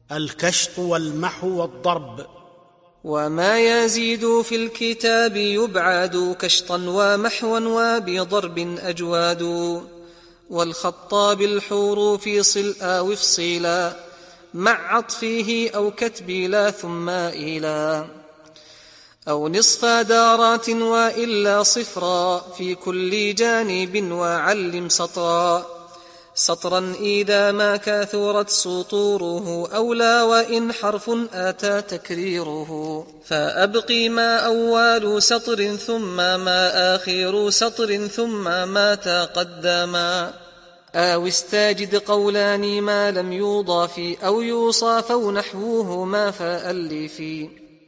الكشط والمحو والضرب. وما يزيد في الكتاب يبعد كشطا ومحوا وبضرب أجواد. والخط بالحروف صل أو افصلا مع عطفه أو كتب لا ثم إلى، أو نصف دارات وإلا صفرا في كل جانب وعلم سطرا إذا ما كثرت سطوره أولى وإن حرف آتى تكريره. فأبقي ما أول سطر ثم ما آخر سطر ثم ما تقدما، أو استجد قولان ما لم يوضى في أو يوصى فنحوهما فألفي.